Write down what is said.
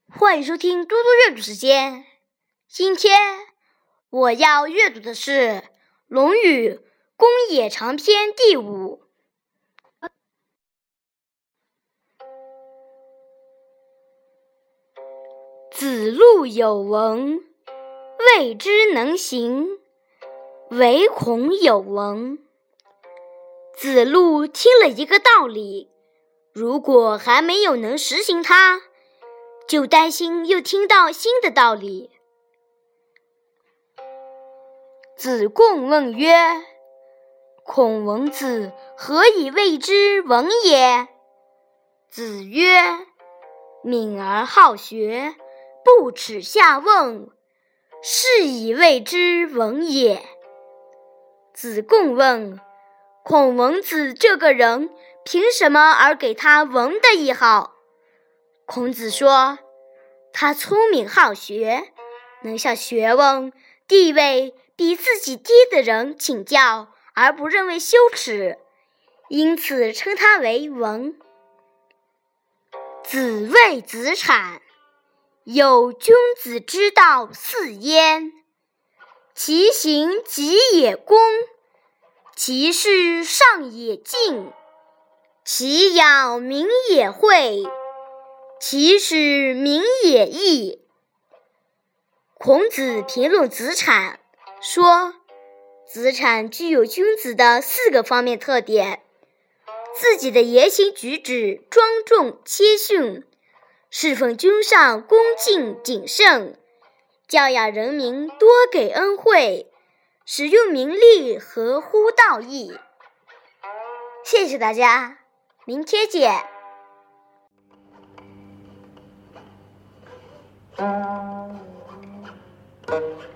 欢迎收听嘟嘟阅读时间。今天我要阅读的是《论语公冶长篇》第5。子路有闻，谓之能行，唯恐有闻。子路听了一个道理，如果还没有能实行它，就担心又听到新的道理。子贡问曰：孔文子何以谓之闻也？子曰：敏而好学，不耻下问，是以谓之闻也。子贡问：孔文子这个人凭什么而给他文的谥号？孔子说，他聪明好学，能向学问、地位比自己低的人请教，而不认为羞耻，因此称他为文。子谓子产：有君子之道四焉，其行己也恭，其事上也敬，其养民也惠，其使民也义。孔子评论子产，说子产具有君子的4个方面特点：自己的言行举止庄重谦逊，侍奉君上恭敬谨慎，教养人民多给恩惠，使用名利合乎道义。谢谢大家，明天见。